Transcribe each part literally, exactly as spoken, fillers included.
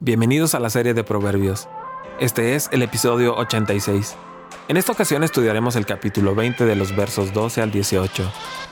Bienvenidos a la serie de Proverbios. Este es el episodio ochenta y seis. En esta ocasión estudiaremos el capítulo veinte de los versos doce al dieciocho.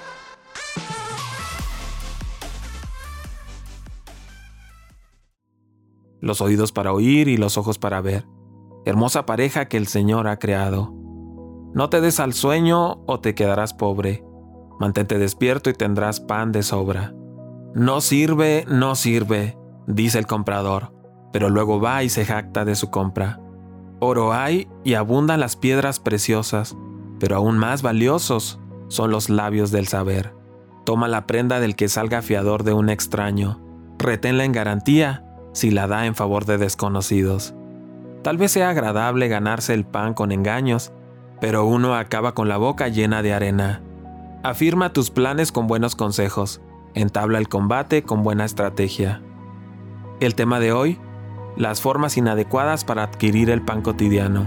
Los oídos para oír y los ojos para ver. Hermosa pareja que el Señor ha creado. No te des al sueño o te quedarás pobre. Mantente despierto y tendrás pan de sobra. No sirve, no sirve, dice el comprador, pero luego va y se jacta de su compra. Oro hay y abundan las piedras preciosas, pero aún más valiosos son los labios del saber. Toma la prenda del que salga fiador de un extraño. Reténla en garantía si la da en favor de desconocidos. Tal vez sea agradable ganarse el pan con engaños, pero uno acaba con la boca llena de arena. Afirma tus planes con buenos consejos. Entabla el combate con buena estrategia. El tema de hoy: las formas inadecuadas para adquirir el pan cotidiano.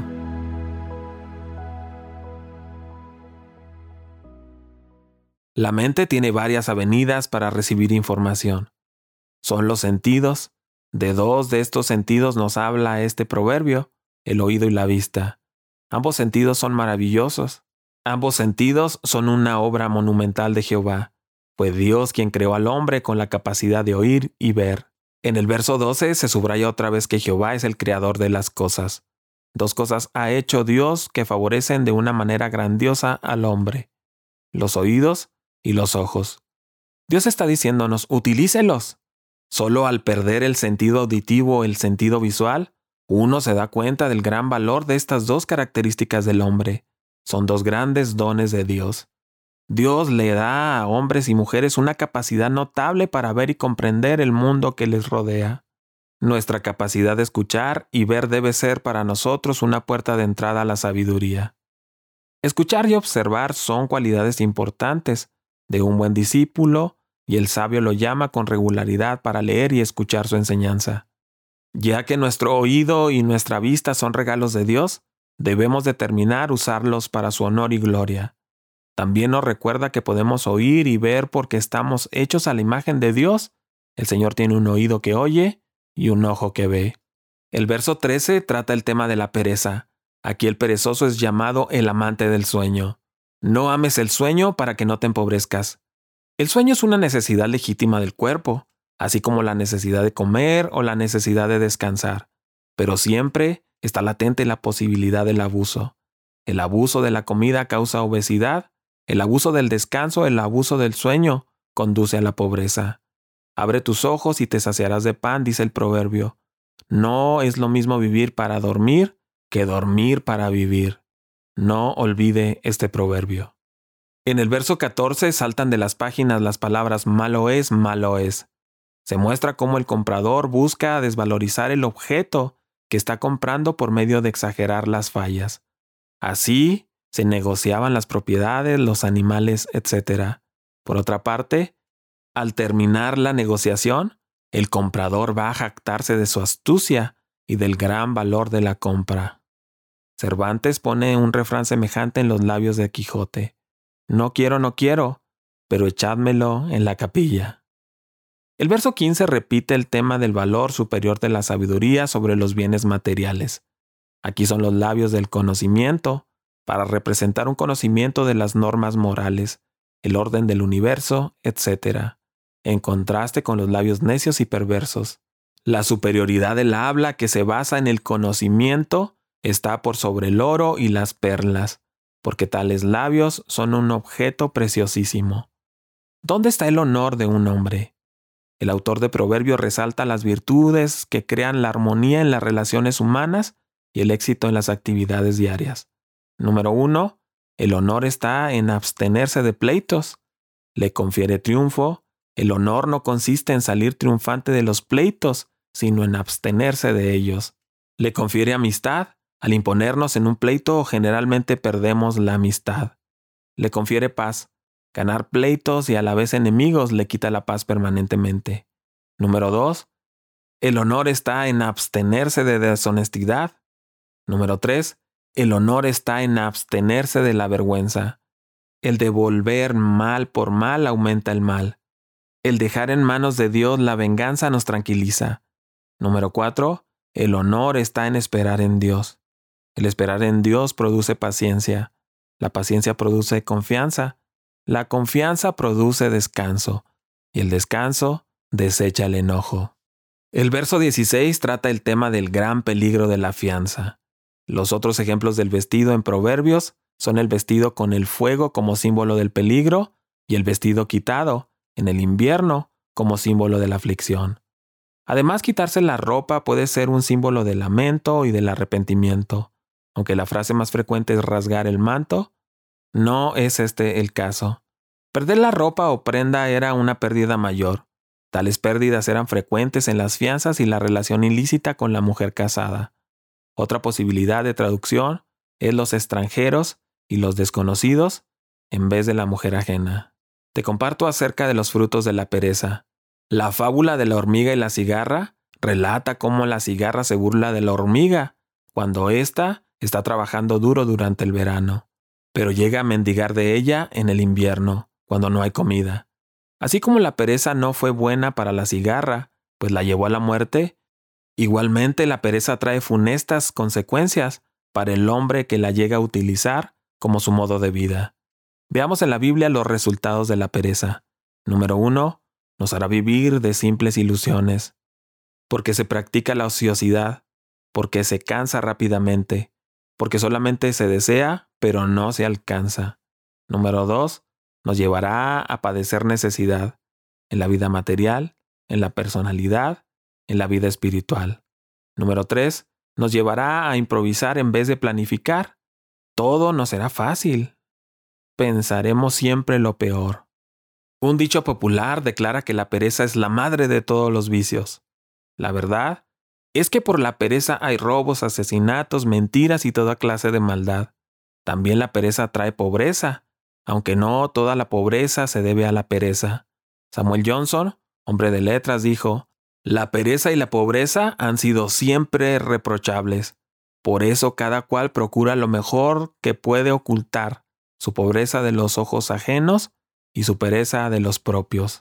La mente tiene varias avenidas para recibir información. Son los sentidos. De dos de estos sentidos nos habla este proverbio, el oído y la vista. Ambos sentidos son maravillosos. Ambos sentidos son una obra monumental de Jehová. Fue Dios quien creó al hombre con la capacidad de oír y ver. En el verso doce se subraya otra vez que Jehová es el creador de las cosas. Dos cosas ha hecho Dios que favorecen de una manera grandiosa al hombre: los oídos y los ojos. Dios está diciéndonos, utilícelos. Solo al perder el sentido auditivo o el sentido visual, uno se da cuenta del gran valor de estas dos características del hombre. Son dos grandes dones de Dios. Dios le da a hombres y mujeres una capacidad notable para ver y comprender el mundo que les rodea. Nuestra capacidad de escuchar y ver debe ser para nosotros una puerta de entrada a la sabiduría. Escuchar y observar son cualidades importantes de un buen discípulo, y el sabio lo llama con regularidad para leer y escuchar su enseñanza. Ya que nuestro oído y nuestra vista son regalos de Dios, debemos determinar usarlos para su honor y gloria. También nos recuerda que podemos oír y ver porque estamos hechos a la imagen de Dios. El Señor tiene un oído que oye y un ojo que ve. El verso trece trata el tema de la pereza. Aquí el perezoso es llamado el amante del sueño. No ames el sueño para que no te empobrezcas. El sueño es una necesidad legítima del cuerpo, así como la necesidad de comer o la necesidad de descansar. Pero siempre está latente la posibilidad del abuso. El abuso de la comida causa obesidad. El abuso del descanso, el abuso del sueño, conduce a la pobreza. Abre tus ojos y te saciarás de pan, dice el proverbio. No es lo mismo vivir para dormir que dormir para vivir. No olvide este proverbio. En el verso catorce saltan de las páginas las palabras malo es, malo es. Se muestra cómo el comprador busca desvalorizar el objeto que está comprando por medio de exagerar las fallas. Así se negociaban las propiedades, los animales, etcétera. Por otra parte, al terminar la negociación, el comprador va a jactarse de su astucia y del gran valor de la compra. Cervantes pone un refrán semejante en los labios de Quijote: no quiero, no quiero, pero echádmelo en la capilla. El verso quince repite el tema del valor superior de la sabiduría sobre los bienes materiales. Aquí son los labios del conocimiento, para representar un conocimiento de las normas morales, el orden del universo, etcétera, en contraste con los labios necios y perversos. La superioridad del habla que se basa en el conocimiento está por sobre el oro y las perlas, porque tales labios son un objeto preciosísimo. ¿Dónde está el honor de un hombre? El autor de Proverbios resalta las virtudes que crean la armonía en las relaciones humanas y el éxito en las actividades diarias. Número uno, el honor está en abstenerse de pleitos. Le confiere triunfo. El honor no consiste en salir triunfante de los pleitos, sino en abstenerse de ellos. Le confiere amistad. Al imponernos en un pleito, generalmente perdemos la amistad. Le confiere paz. Ganar pleitos y a la vez enemigos le quita la paz permanentemente. Número dos. El honor está en abstenerse de deshonestidad. Número tres. El honor está en abstenerse de la vergüenza. El devolver mal por mal aumenta el mal. El dejar en manos de Dios la venganza nos tranquiliza. Número cuatro. El honor está en esperar en Dios. El esperar en Dios produce paciencia. La paciencia produce confianza. La confianza produce descanso. Y el descanso desecha el enojo. El verso dieciséis trata el tema del gran peligro de la fianza. Los otros ejemplos del vestido en Proverbios son el vestido con el fuego como símbolo del peligro y el vestido quitado en el invierno como símbolo de la aflicción. Además, quitarse la ropa puede ser un símbolo de lamento y del arrepentimiento. Aunque la frase más frecuente es rasgar el manto, no es este el caso. Perder la ropa o prenda era una pérdida mayor. Tales pérdidas eran frecuentes en las fianzas y la relación ilícita con la mujer casada. Otra posibilidad de traducción es los extranjeros y los desconocidos en vez de la mujer ajena. Te comparto acerca de los frutos de la pereza. La fábula de la hormiga y la cigarra relata cómo la cigarra se burla de la hormiga cuando ésta está trabajando duro durante el verano, pero llega a mendigar de ella en el invierno, cuando no hay comida. Así como la pereza no fue buena para la cigarra, pues la llevó a la muerte, igualmente la pereza trae funestas consecuencias para el hombre que la llega a utilizar como su modo de vida. Veamos en la Biblia los resultados de la pereza. Número uno. Nos hará vivir de simples ilusiones. Porque se practica la ociosidad, porque se cansa rápidamente, porque solamente se desea, pero no se alcanza. Número dos. Nos llevará a padecer necesidad, en la vida material, en la personalidad, en la vida espiritual. Número tres. Nos llevará a improvisar en vez de planificar. Todo no será fácil. Pensaremos siempre lo peor. Un dicho popular declara que la pereza es la madre de todos los vicios. La verdad es que por la pereza hay robos, asesinatos, mentiras y toda clase de maldad. También la pereza trae pobreza, aunque no toda la pobreza se debe a la pereza. Samuel Johnson, hombre de letras, dijo: «La pereza y la pobreza han sido siempre reprochables. Por eso cada cual procura lo mejor que puede ocultar, su pobreza de los ojos ajenos y su pereza de los propios».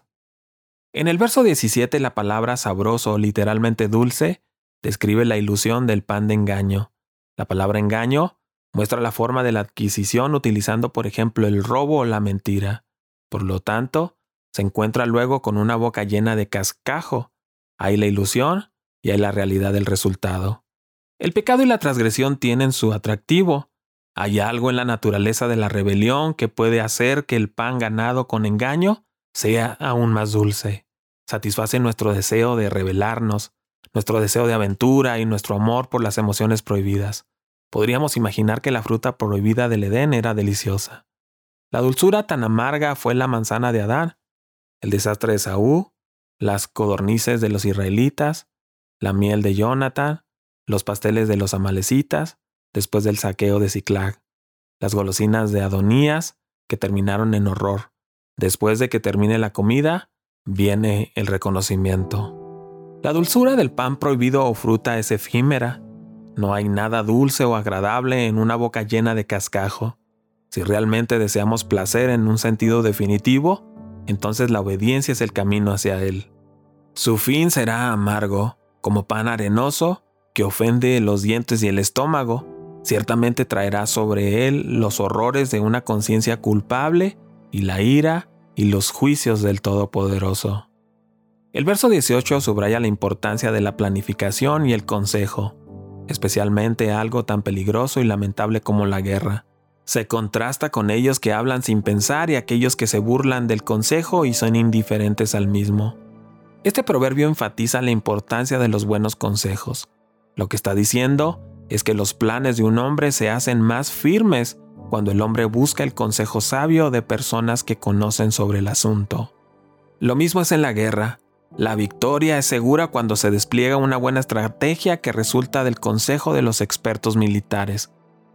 En el verso diecisiete, la palabra sabroso, literalmente dulce, describe la ilusión del pan de engaño. La palabra engaño muestra la forma de la adquisición utilizando, por ejemplo, el robo o la mentira. Por lo tanto, se encuentra luego con una boca llena de cascajo. Hay la ilusión y hay la realidad del resultado. El pecado y la transgresión tienen su atractivo. Hay algo en la naturaleza de la rebelión que puede hacer que el pan ganado con engaño sea aún más dulce. Satisface nuestro deseo de rebelarnos, nuestro deseo de aventura y nuestro amor por las emociones prohibidas. Podríamos imaginar que la fruta prohibida del Edén era deliciosa. La dulzura tan amarga fue la manzana de Adán, el desastre de Esaú, las codornices de los israelitas, la miel de Jonatán, los pasteles de los amalecitas, después del saqueo de Siclag, las golosinas de Adonías, que terminaron en horror. Después de que termine la comida, viene el reconocimiento. La dulzura del pan prohibido o fruta es efímera. No hay nada dulce o agradable en una boca llena de cascajo. Si realmente deseamos placer en un sentido definitivo, entonces la obediencia es el camino hacia él. Su fin será amargo, como pan arenoso que ofende los dientes y el estómago. Ciertamente traerá sobre él los horrores de una conciencia culpable y la ira y los juicios del Todopoderoso. El verso dieciocho subraya la importancia de la planificación y el consejo, especialmente algo tan peligroso y lamentable como la guerra. Se contrasta con ellos que hablan sin pensar y aquellos que se burlan del consejo y son indiferentes al mismo. Este proverbio enfatiza la importancia de los buenos consejos. Lo que está diciendo es que los planes de un hombre se hacen más firmes cuando el hombre busca el consejo sabio de personas que conocen sobre el asunto. Lo mismo es en la guerra. La victoria es segura cuando se despliega una buena estrategia que resulta del consejo de los expertos militares.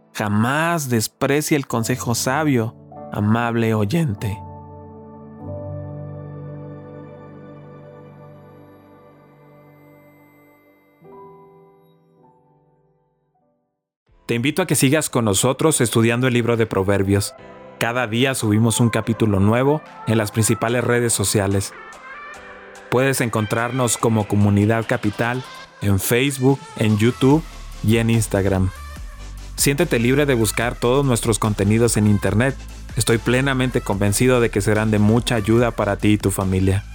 Jamás desprecie el consejo sabio, amable oyente. Te invito a que sigas con nosotros estudiando el libro de Proverbios. Cada día subimos un capítulo nuevo en las principales redes sociales. Puedes encontrarnos como Comunidad Capital en Facebook, en YouTube y en Instagram. Siéntete libre de buscar todos nuestros contenidos en Internet. Estoy plenamente convencido de que serán de mucha ayuda para ti y tu familia.